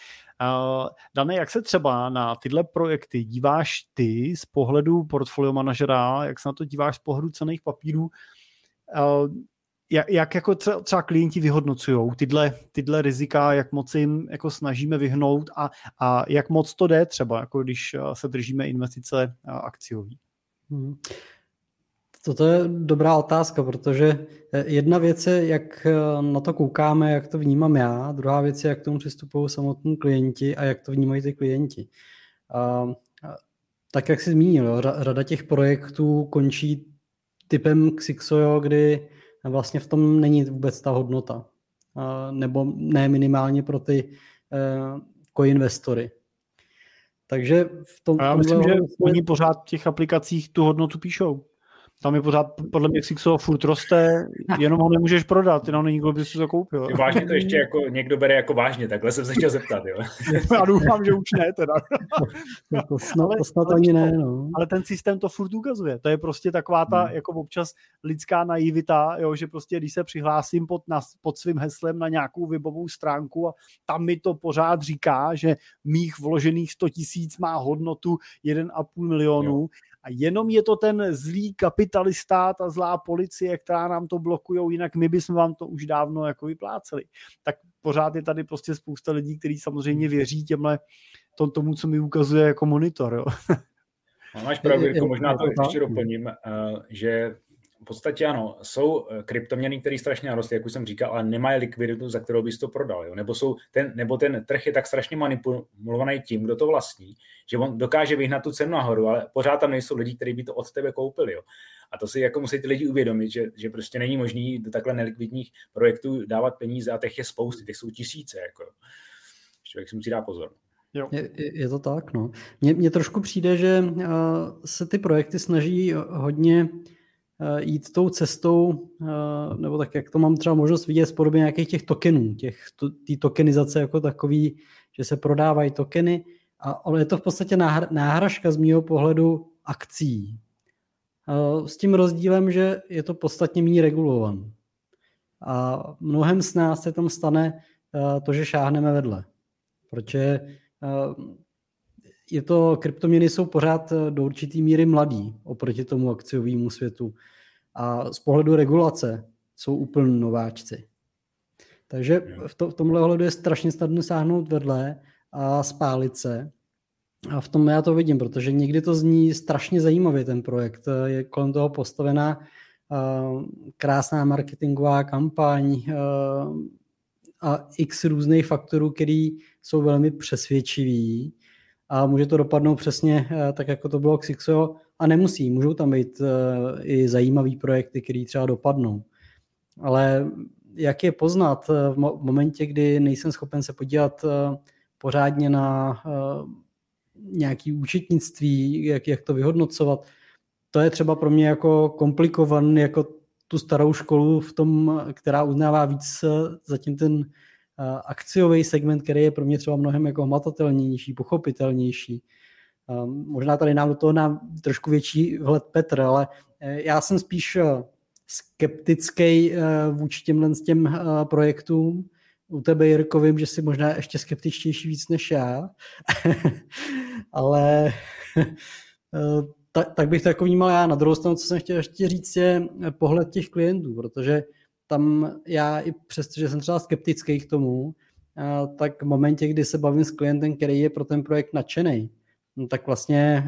Dane, jak se třeba na tyhle projekty díváš ty z pohledu portfolio manažera, jak se na to díváš z pohledu cenných papírů, uh, jak, jak jako třeba, třeba klienti vyhodnocujou tyhle, tyhle rizika, jak moc jim jako snažíme vyhnout a, a jak moc to jde třeba, jako když se držíme investice akciový? Hmm. Toto je dobrá otázka, protože jedna věc je, jak na to koukáme, jak to vnímám já, druhá věc je, jak k tomu přistupují samotní klienti a jak to vnímají ty klienti. A, tak, jak jsi zmínil, jo, řada těch projektů končí typem Xixo, kdy vlastně v tom není vůbec ta hodnota. A, nebo ne minimálně pro ty uh, koinvestory. Takže v tom... A já myslím, že oni pořád v těch aplikacích tu hodnotu píšou. Tam je pořád, podle mě Xixo furt roste, jenom ho nemůžeš prodat, jenom nikdo by si to koupil. Vážně to ještě jako někdo bere jako vážně, takhle jsem se chtěl zeptat, jo. Já doufám, že už ne teda. to snad, ale, to snad ale, ani ne, no. Ale ten systém to furt ukazuje. To je prostě taková ta hmm. jako občas lidská naivita, jo, že prostě když se přihlásím pod, na, pod svým heslem na nějakou webovou stránku a tam mi to pořád říká, že mých vložených sto tisíc má hodnotu jeden a půl milionu, jo. A jenom je to ten zlý kapitalista, ta zlá policie, která nám to blokujou, jinak my bychom vám to už dávno jako vypláceli. Tak pořád je tady prostě spousta lidí, kteří samozřejmě věří těmhle tomu, co mi ukazuje jako monitor. Jo. No, máš pravdu, jako možná to ještě doplním, že v podstatě ano, jsou kryptoměny, které strašně narostly, jak už jsem říkal, ale nemají likviditu, za kterou bys to prodal. Jo? Nebo, jsou ten, nebo ten trh je tak strašně manipulovaný tím, kdo to vlastní, že on dokáže vyhnat tu cenu nahoru, ale pořád tam nejsou lidi, kteří by to od tebe koupili. Jo? A to si jako musí ty lidi uvědomit, že, že prostě není možný do takhle nelikvidních projektů dávat peníze a těch je spousty, těch jsou tisíce. Jako. Člověk si musí dát pozor. Jo. Je, je to tak, no. Mně, mně trošku přijde, že uh, se ty projekty snaží hodně uh, jít tou cestou, uh, nebo tak, jak to mám třeba možnost vidět z podoby nějakých těch tokenů, těch, to, tý tokenizace jako takový, že se prodávají tokeny, a, ale je to v podstatě náhr, náhražka z mýho pohledu akcí. Uh, s tím rozdílem, že je to podstatně méně regulovan. A mnohem z nás se tam stane uh, to, že šáhneme vedle. Protože je to, kryptoměny jsou pořád do určitý míry mladý oproti tomu akciovému světu a z pohledu regulace jsou úplně nováčci. Takže v, to, v tomhle ohledu je strašně snadno sáhnout vedle a spálit se. A v tom já to vidím, protože někdy to zní strašně zajímavě ten projekt. Je kolem toho postavená uh, krásná marketingová kampaň uh, a x různých faktorů, který jsou velmi přesvědčivý a může to dopadnout přesně tak, jako to bylo Xixo, a nemusí, můžou tam být i zajímavý projekty, které třeba dopadnou. Ale jak je poznat v momentě, kdy nejsem schopen se podívat pořádně na nějaké účetnictví, jak, jak to vyhodnocovat, to je třeba pro mě jako komplikovaný, jako tu starou školu v tom, která uznává víc zatím ten akciový segment, který je pro mě třeba mnohem jako hmatatelnější, pochopitelnější. Možná tady nám do toho nám trošku větší vhled Petr, ale já jsem spíš skeptický vůči těmhle s těm projektům. U tebe, Jirko, vím, že jsi možná ještě skeptičtější víc než já, ale tak, tak bych to jako vnímal já. Na druhou stranu, co jsem chtěl ještě říct, je pohled těch klientů, protože tam já i přesto, že jsem třeba skeptický k tomu, tak v momentě, kdy se bavím s klientem, který je pro ten projekt nadšený, tak vlastně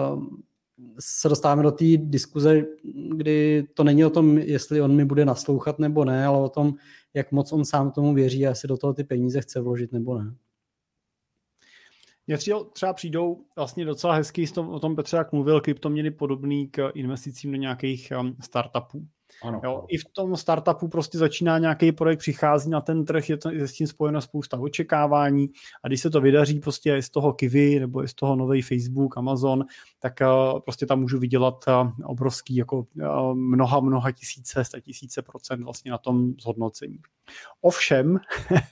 se dostáváme do té diskuze, kdy to není o tom, jestli on mi bude naslouchat nebo ne, ale o tom, jak moc on sám tomu věří a jestli do toho ty peníze chce vložit nebo ne. Mně třeba přijdou vlastně docela hezký, o tom Petře, jak mluvil, kryptoměny podobný k investicím do nějakých startupů. Ano. Jo, i v tom startupu prostě začíná nějaký projekt, přichází na ten trh, je, to, je s tím spojeno spousta očekávání a když se to vydaří prostě je z toho Kiwi nebo je z toho nový Facebook, Amazon, tak uh, prostě tam můžu vydělat uh, obrovský jako uh, mnoha, mnoha tisíce, sta tisíce procent vlastně na tom zhodnocení. Ovšem,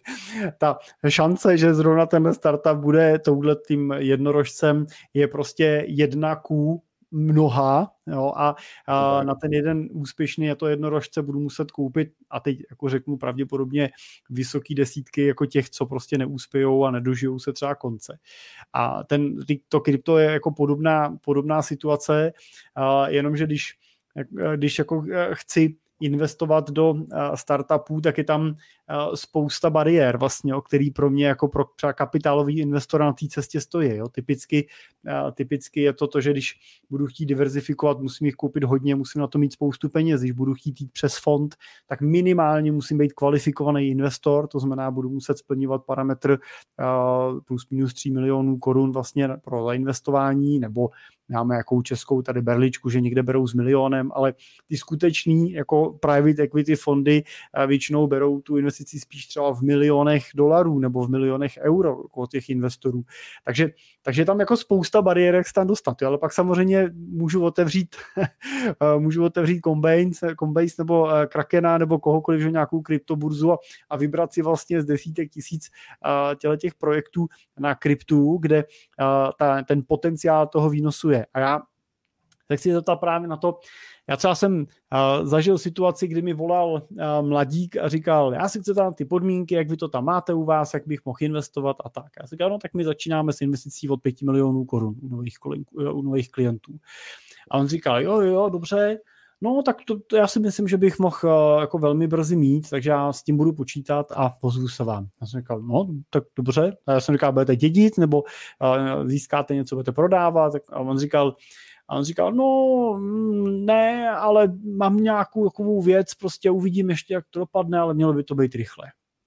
ta šance, že zrovna ten startup bude touhletým jednorožcem, je prostě jedna ku mnoha, jo, a, a na ten jeden úspěšný je to jednorožce budu muset koupit a teď jako řeknu pravděpodobně vysoký desítky jako těch, co prostě neuspějou a nedožijou se třeba konce. A ten, to krypto je jako podobná, podobná situace, a jenomže když, když jako chci investovat do startupů, tak je tam spousta bariér vlastně, o který pro mě jako pro třeba kapitálový investor na té cestě stojí. Jo. Typicky, typicky je to to, že když budu chtít diverzifikovat, musím jich koupit hodně, musím na to mít spoustu peněz. Když budu chtít jít přes fond, tak minimálně musím být kvalifikovaný investor, to znamená, budu muset splňovat parametr plus minus tři milionů korun vlastně pro zainvestování, nebo máme jakou českou tady berličku, že někde berou s milionem, ale ty skutečný jako private equity fondy většinou berou tu investici spíš třeba v milionech dolarů nebo v milionech euro od těch investorů. Takže, takže tam jako spousta bariér, jak se tam dostat, jo? Ale pak samozřejmě můžu otevřít můžu otevřít Coinbase, Coinbase nebo Krakena nebo kohokoliv, že nějakou kryptoburzu a, a vybrat si vlastně z desítek tisíc těle těch projektů na kryptu, kde ta, ten potenciál toho výnosu je. A já tak si to právě na to, já třeba jsem uh, zažil situaci, kdy mi volal uh, mladík a říkal, já si chci tam ty podmínky, jak vy to tam máte u vás, jak bych mohl investovat a tak. Já si říkal, no tak my začínáme s investicí od pěti milionů korun u nových, u nových klientů. A on říkal, jo, jo, dobře, no tak to, to já si myslím, že bych mohl uh, jako velmi brzy mít, takže já s tím budu počítat a pozvu se vám. Já jsem říkal, no tak dobře. A já jsem říkal, budete dědit, nebo uh, získáte něco, budete prodávat. A on říkal, A on říkal, no ne, ale mám nějakou takovou věc, prostě uvidím ještě, jak to dopadne, ale mělo by to být rychle.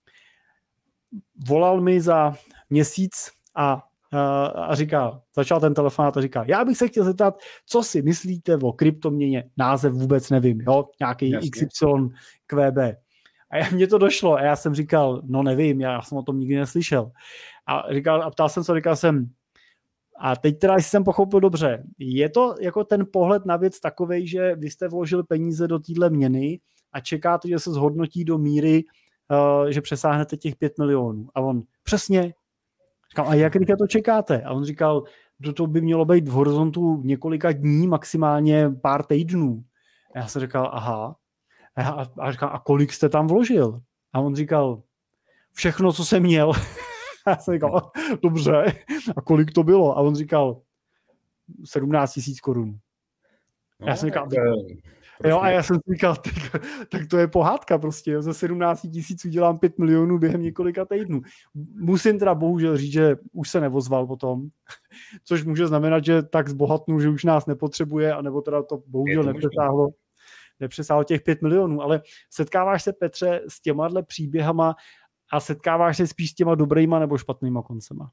Volal mi za měsíc a, a, a říká, začal ten telefonát a říká, já bych se chtěl zeptat, co si myslíte o kryptoměně, název vůbec nevím, jo, nějaký Jasně. X Y Q B. A já, mně to došlo a já jsem říkal, no nevím, já jsem o tom nikdy neslyšel. A, říkal, a ptal jsem se, říkal jsem, a teď teda, jestli jsem pochopil dobře, je to jako ten pohled na věc takovej, že vy jste vložil peníze do téhle měny a čekáte, že se zhodnotí do míry, uh, že přesáhnete těch pět milionů. A on, přesně. Říkal, a jak rychle to čekáte? A on říkal, že to by mělo být v horizontu několika dní, maximálně pár týdnů. A já jsem říkal, aha. A, já, a říkal, a kolik jste tam vložil? A on říkal, všechno, co jsem měl. A já jsem říkal, dobře, a kolik to bylo? A on říkal, sedmnáct tisíc korun. No, já jsem říkal, jo, a já jsem říkal, tak, tak to je pohádka prostě, jo, za sedmnáct tisíc udělám pět milionů během několika týdnů. Musím teda bohužel říct, že už se nevozval potom, což může znamenat, že tak zbohatnu, že už nás nepotřebuje, anebo teda to bohužel nepřesáhlo, nepřesáhlo těch pět milionů, ale setkáváš se, Petře, s těmahle příběhama a setkáváš se spíš s těma dobrýma nebo špatnýma koncema?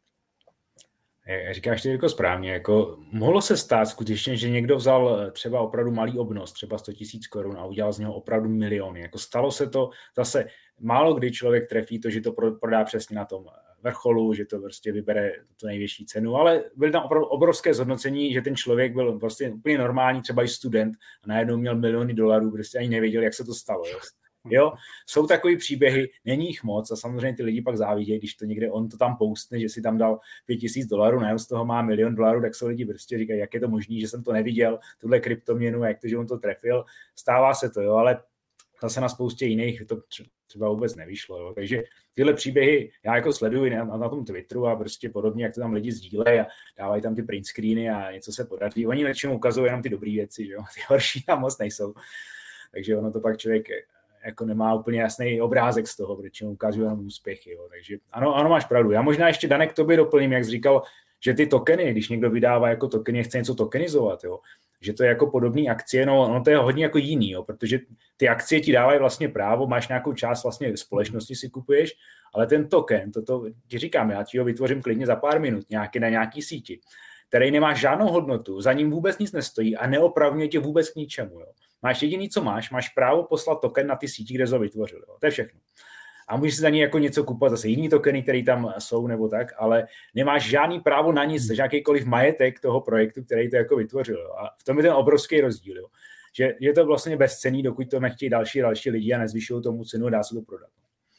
Říkáš to jako správně, jako mohlo se stát skutečně, že někdo vzal třeba opravdu malý obnos, třeba sto tisíc korun a udělal z něho opravdu miliony. Jako stalo se to zase málo kdy člověk trefí to, že to prodá přesně na tom vrcholu, že to prostě vybere tu největší cenu, ale byly tam opravdu obrovské zhodnocení, že ten člověk byl prostě úplně normální, třeba i student a najednou měl miliony dolarů, prostě ani nevěděl, jak se to stalo. Jo. Jo, jsou takový příběhy, není jich moc a samozřejmě ty lidi pak závidějí, když to někde on to tam postne, že si tam dal pět tisíc dolarů, najednou z toho má milion dolarů, tak jsou lidi prostě říkají, jak je to možné, že jsem to neviděl, tuhle kryptoměnu, jak to, že on to trefil, stává se to, jo, ale zase na spoustě jiných to třeba vůbec nevyšlo, jo. Takže tyhle příběhy já jako sleduji na, na tom Twitteru a prostě podobně, jak to tam lidi sdílejí a dávají tam ty print screeny a něco se podaří. Oni většinou ukazují jenom ty dobré věci, že jo, ty horší tam moc nejsou. Takže ono to pak člověk jako nemá úplně jasný obrázek z toho, protože ukážu jenom úspěchy. Jo. Takže ano, ano, máš pravdu. Já možná ještě, Danek, k tobě doplním, jak jsi říkal, že ty tokeny, když někdo vydává jako tokeny, chce něco tokenizovat, jo, že to je jako podobný akcie, no ono to je hodně jako jiný, jo, protože ty akcie ti dávají vlastně právo, máš nějakou část vlastně společnosti si kupuješ, ale ten token, toto ti říkám, já ti ho vytvořím klidně za pár minut, nějaký na nějaký síti, který nemá žádnou hodnotu, za ním vůbec nic nestojí a neopravňuje tě vůbec k ničemu. Jo. Máš jediný, co máš, máš právo poslat token na ty síti, kde jsi ho vytvořil. Jo. To je všechno. A můžeš si za ní jako něco kupovat, zase jiný tokeny, které tam jsou nebo tak, ale nemáš žádný právo na nic, jakýkoliv majetek toho projektu, který to jako vytvořil. Jo. A v tom je ten obrovský rozdíl. Jo. Že je to vlastně bezcenný, dokud to nechtějí další další lidi a nezvyšují tomu cenu a dá se to prodat.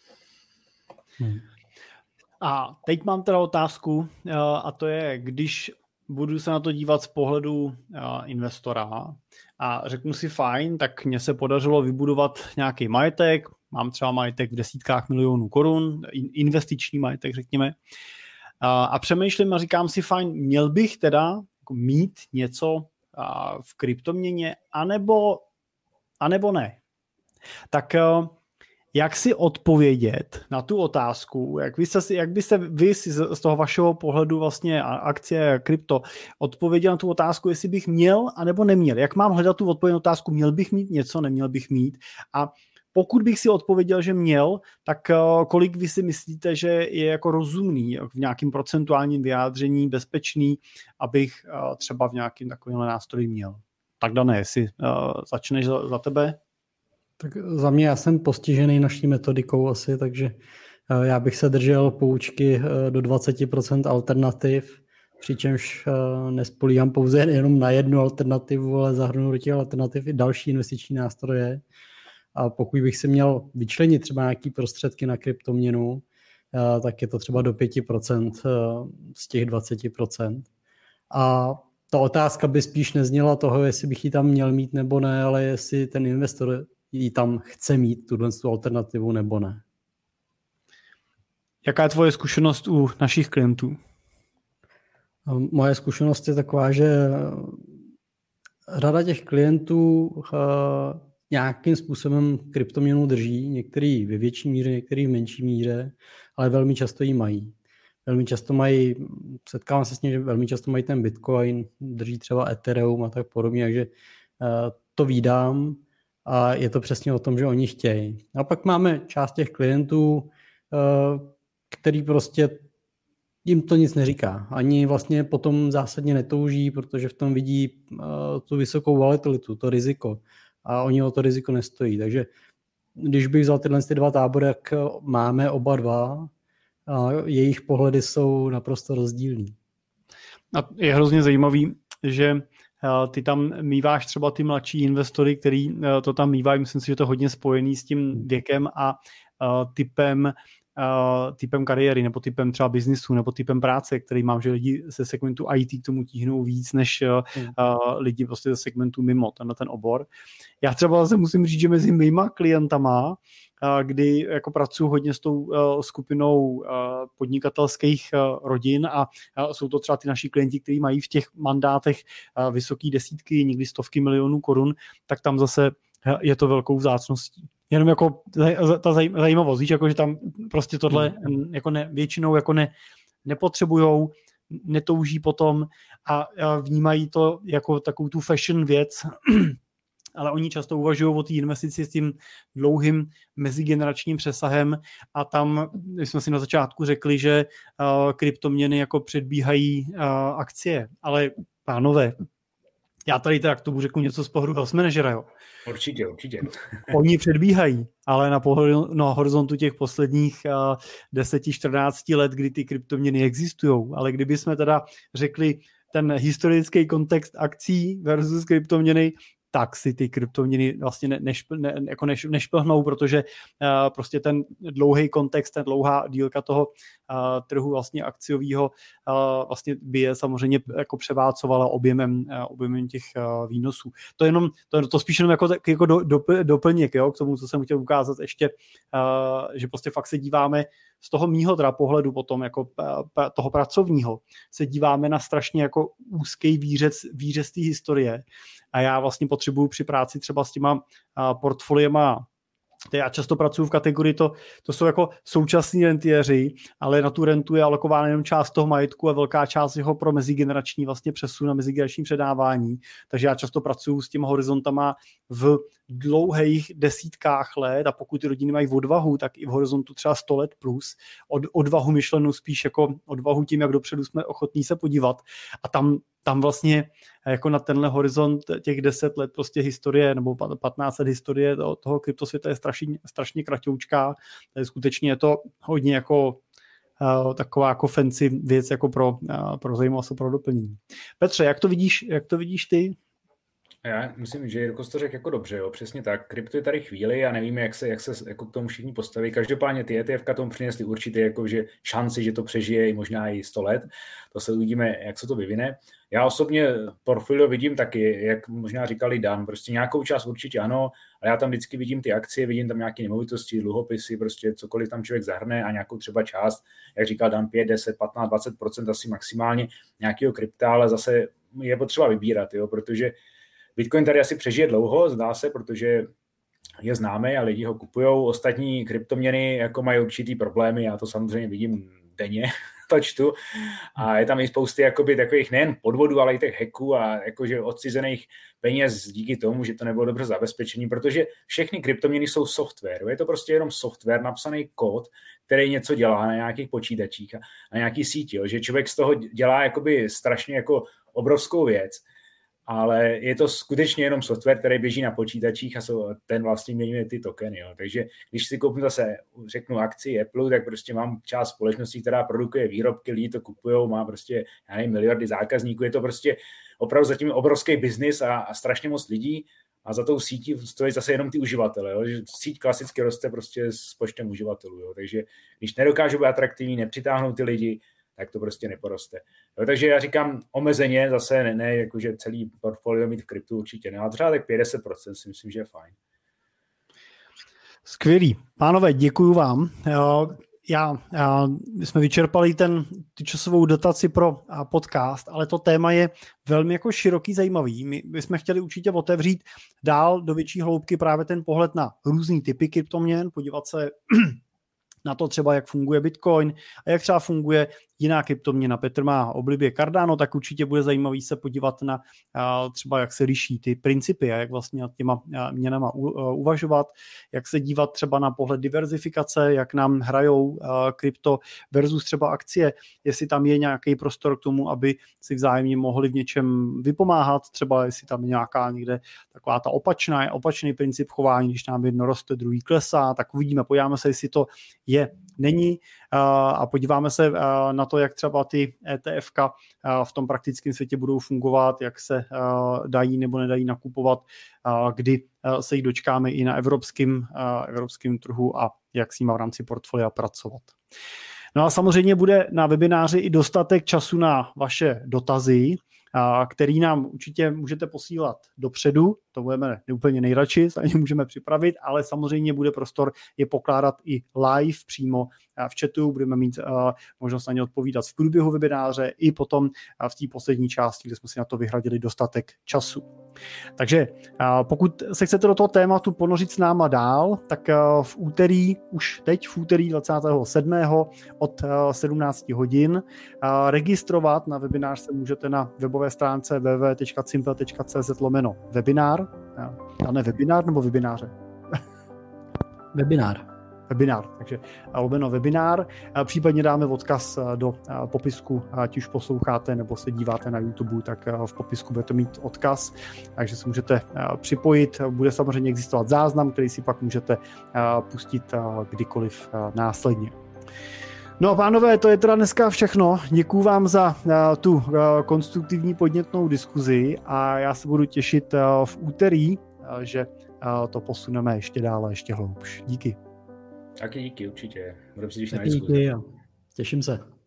Hmm. A teď mám teda otázku, a to je, když budu se na to dívat z pohledu investora a řeknu si fajn, tak mně se podařilo vybudovat nějaký majetek, mám třeba majetek v desítkách milionů korun, investiční majetek, řekněme, a přemýšlím a říkám si fajn, měl bych teda mít něco v kryptoměně, anebo, anebo ne. Tak jak si odpovědět na tu otázku, jak byste, jak byste vy si z toho vašeho pohledu vlastně akcie, krypto odpověděl na tu otázku, jestli bych měl anebo neměl. Jak mám hledat tu odpověď na otázku, měl bych mít něco, neměl bych mít. A pokud bych si odpověděl, že měl, tak kolik vy si myslíte, že je jako rozumný v nějakém procentuálním vyjádření bezpečný, abych třeba v nějakém takovémhle nástroji měl. Tak Dané, jestli uh, začneš za, za tebe? Tak za mě já jsem postižený naší metodikou asi, takže já bych se držel poučky do dvacet procent alternativ, přičemž nespolíhám pouze jenom na jednu alternativu, ale zahrnu do těch alternativ i další investiční nástroje. A pokud bych si měl vyčlenit třeba nějaké prostředky na kryptoměnu, tak je to třeba do pět procent z těch dvacet procent. A ta otázka by spíš nezněla toho, jestli bych ji tam měl mít nebo ne, ale jestli ten investor ji tam chce mít, tuhle alternativu, nebo ne. Jaká je tvoje zkušenost u našich klientů? Moje zkušenost je taková, že řada těch klientů nějakým způsobem kryptoměnu drží, některý ve větší míře, některý v menší míře, ale velmi často ji mají. velmi často mají, setkávám se s ním, že velmi často mají ten Bitcoin, drží třeba Ethereum a tak podobně, takže to vídám a je to přesně o tom, že oni chtějí. A pak máme část těch klientů, který prostě jim to nic neříká. Ani vlastně potom zásadně netouží, protože v tom vidí tu vysokou volatilitu, to riziko. A oni o to riziko nestojí. Takže když bych vzal tyhle ty dva tábory, jak máme oba dva, a jejich pohledy jsou naprosto rozdílný. A je hrozně zajímavý, že ty tam míváš třeba ty mladší investory, který to tam mívají, myslím si, že to je hodně spojený s tím věkem a typem Uh, typem kariéry, nebo typem třeba biznisu, nebo typem práce, který mám, že lidi ze segmentu í té k tomu tíhnou víc, než uh, mm. uh, lidi prostě ze segmentu mimo tenhle ten obor. Já třeba zase musím říct, že mezi mýma klientama, uh, kdy jako pracuji hodně s tou uh, skupinou uh, podnikatelských uh, rodin a uh, jsou to třeba ty naši klienti, kteří mají v těch mandátech uh, vysoký desítky, někdy stovky milionů korun, tak tam zase uh, je to velkou vzácností. Jenom jako ta zajímavost, víš, jako že tam prostě tohle jako ne, většinou jako ne, nepotřebujou, netouží potom a, a vnímají to jako takovou tu fashion věc, ale oni často uvažují o té investici s tím dlouhým mezigeneračním přesahem a tam, když jsme si na začátku řekli, že uh, kryptoměny jako předbíhají uh, akcie, ale pánové, já tady tak tomu řeknu něco z pohledu wealth managera, jo. Určitě, určitě. Oni předbíhají, ale na, pohledu, na horizontu těch posledních uh, deset čtrnáct let, kdy ty kryptoměny existují, ale kdyby jsme teda řekli ten historický kontext akcí versus kryptoměny, tak si ty kryptoměny vlastně ne, nešpl, ne, jako neš, nešplhnou, protože uh, prostě ten dlouhý kontext, ten dlouhá dílka toho uh, trhu vlastně akciového uh, vlastně by je samozřejmě jako převálcovala objemem, uh, objemem těch uh, výnosů. To jenom, to, to spíš jenom jako, jako do, do, doplněk, jo, k tomu, co jsem chtěl ukázat ještě, uh, že prostě fakt se díváme z toho mýho teda pohledu potom jako uh, toho pracovního, se díváme na strašně jako úzký výřez, výřez té historie a já vlastně potřebuju při práci třeba s těma uh, portfoliema. Já často pracuji v kategorii, to, to jsou jako současní rentiéři, ale na tu rentu je alokována jenom část toho majetku a velká část jeho pro mezigenerační vlastně přesun a mezigenerační předávání. Takže já často pracuji s těma horizontama v dlouhých desítkách let a pokud ty rodiny mají odvahu, tak i v horizontu třeba sto let plus. Od, odvahu myšlenou spíš jako odvahu tím, jak dopředu jsme ochotní se podívat. A tam tam vlastně jako na tenhle horizont těch deset let prostě historie nebo patnáct let historie toho, toho kryptosvěta je strašně, strašně kratoučká. Takže skutečně je to hodně jako uh, taková jako fancy věc jako pro, uh, pro zajímavost a pro doplnění. Petře, jak to vidíš, jak to vidíš ty? Já myslím, že Jirko to řekl jako dobře, jo, přesně tak. Krypto je tady chvíli a nevíme, jak se, jak se jako k tomu všichni postaví. Každopádně ty E T F ka tomu přinesly určitě jako, že šanci, že to přežije i možná i sto let. To se uvidíme, jak se to vyvine. Já osobně portfolio vidím taky, jak možná říkali Dan, prostě nějakou část určitě ano, ale já tam vždycky vidím ty akcie, vidím tam nějaké nemovitosti, dluhopisy, prostě cokoliv tam člověk zahrne a nějakou třeba část, jak říkal Dan, pět, deset, patnáct, dvacet procent asi maximálně nějakého krypta, ale zase je potřeba vybírat, jo, protože Bitcoin tady asi přežije dlouho, zdá se, protože je známý a lidi ho kupujou. Ostatní kryptoměny jako mají určitý problémy, já to samozřejmě vidím denně, to čtu. A je tam i spousty jakoby takových nejen podvodů, ale i těch hacků a jakože odcizených peněz díky tomu, že to nebylo dobře zabezpečení, protože všechny kryptoměny jsou software. Je to prostě jenom software, napsaný kód, který něco dělá na nějakých počítačích a na nějaký síti. Jo. Že člověk z toho dělá jakoby strašně jako obrovskou věc. Ale je to skutečně jenom software, který běží na počítačích a jsou, ten vlastně mění ty tokeny. Jo. Takže když si koupím zase, řeknu akci Apple, tak prostě mám část společnosti, která produkuje výrobky, lidi to kupujou, má prostě, já nevím, miliardy zákazníků, je to prostě opravdu zatím obrovský biznis a, a strašně moc lidí a za tou sítí stojí zase jenom ty uživatele. Jo. Síť klasicky roste prostě s počtem uživatelů. Jo. Takže když nedokážou být atraktivní, nepřitáhnou ty lidi, tak to prostě neporoste. Jo, takže já říkám omezeně, zase ne, ne jakože celý portfolio mít v kryptu určitě ne, ale třeba tak padesát procent si myslím, že je fajn. Skvělý. Pánové, děkuju vám. Já, já, my jsme vyčerpali ten, tu časovou dotaci pro podcast, ale to téma je velmi jako široký, zajímavý. My, my jsme chtěli určitě otevřít dál do větší hloubky právě ten pohled na různý typy kryptoměn, podívat se na to třeba, jak funguje Bitcoin a jak třeba funguje jiná kryptoměna. Petr má oblibě Cardano, tak určitě bude zajímavý se podívat na třeba, jak se liší ty principy a jak vlastně nad těma měnama uvažovat, jak se dívat třeba na pohled diverzifikace, jak nám hrajou krypto versus třeba akcie, jestli tam je nějaký prostor k tomu, aby si vzájemně mohli v něčem vypomáhat, třeba jestli tam je nějaká někde taková ta opačná, opačný princip chování, když nám jedno roste, druhý klesá, tak uvidíme, podíváme se, jestli to je, není a podíváme se na to, jak třeba ty E T F ka v tom praktickém světě budou fungovat, jak se dají nebo nedají nakupovat, kdy se jich dočkáme i na evropském, evropském trhu a jak s nimi v rámci portfolia pracovat. No a samozřejmě bude na webináři i dostatek času na vaše dotazy, který nám určitě můžete posílat dopředu, to budeme úplně nejradši, se můžeme připravit, ale samozřejmě bude prostor je pokládat i live přímo v chatu, budeme mít možnost na ně odpovídat v průběhu webináře i potom v té poslední části, kde jsme si na to vyhradili dostatek času. Takže pokud se chcete do toho tématu ponořit s náma dál, tak v úterý, už teď v úterý dvacátého sedmého od sedmnáct hodin registrovat na webinář se můžete na webové stránce w w w tečka cimple tečka c z lomeno webinar. A ne webinar nebo webináře? Webinár. Webinár, takže lomeno webinár. Případně dáme odkaz do popisku, ať už posloucháte nebo se díváte na YouTube, tak v popisku budete mít odkaz, takže se můžete připojit. Bude samozřejmě existovat záznam, který si pak můžete pustit kdykoliv následně. No pánové, to je teda dneska všechno. Děkuju vám za tu konstruktivní podnětnou diskuzi a já se budu těšit v úterý, že to posuneme ještě dále, ještě hloubš. Díky. Taky díky, určitě. Budu si těšit na diskuzi. Díky, těším se.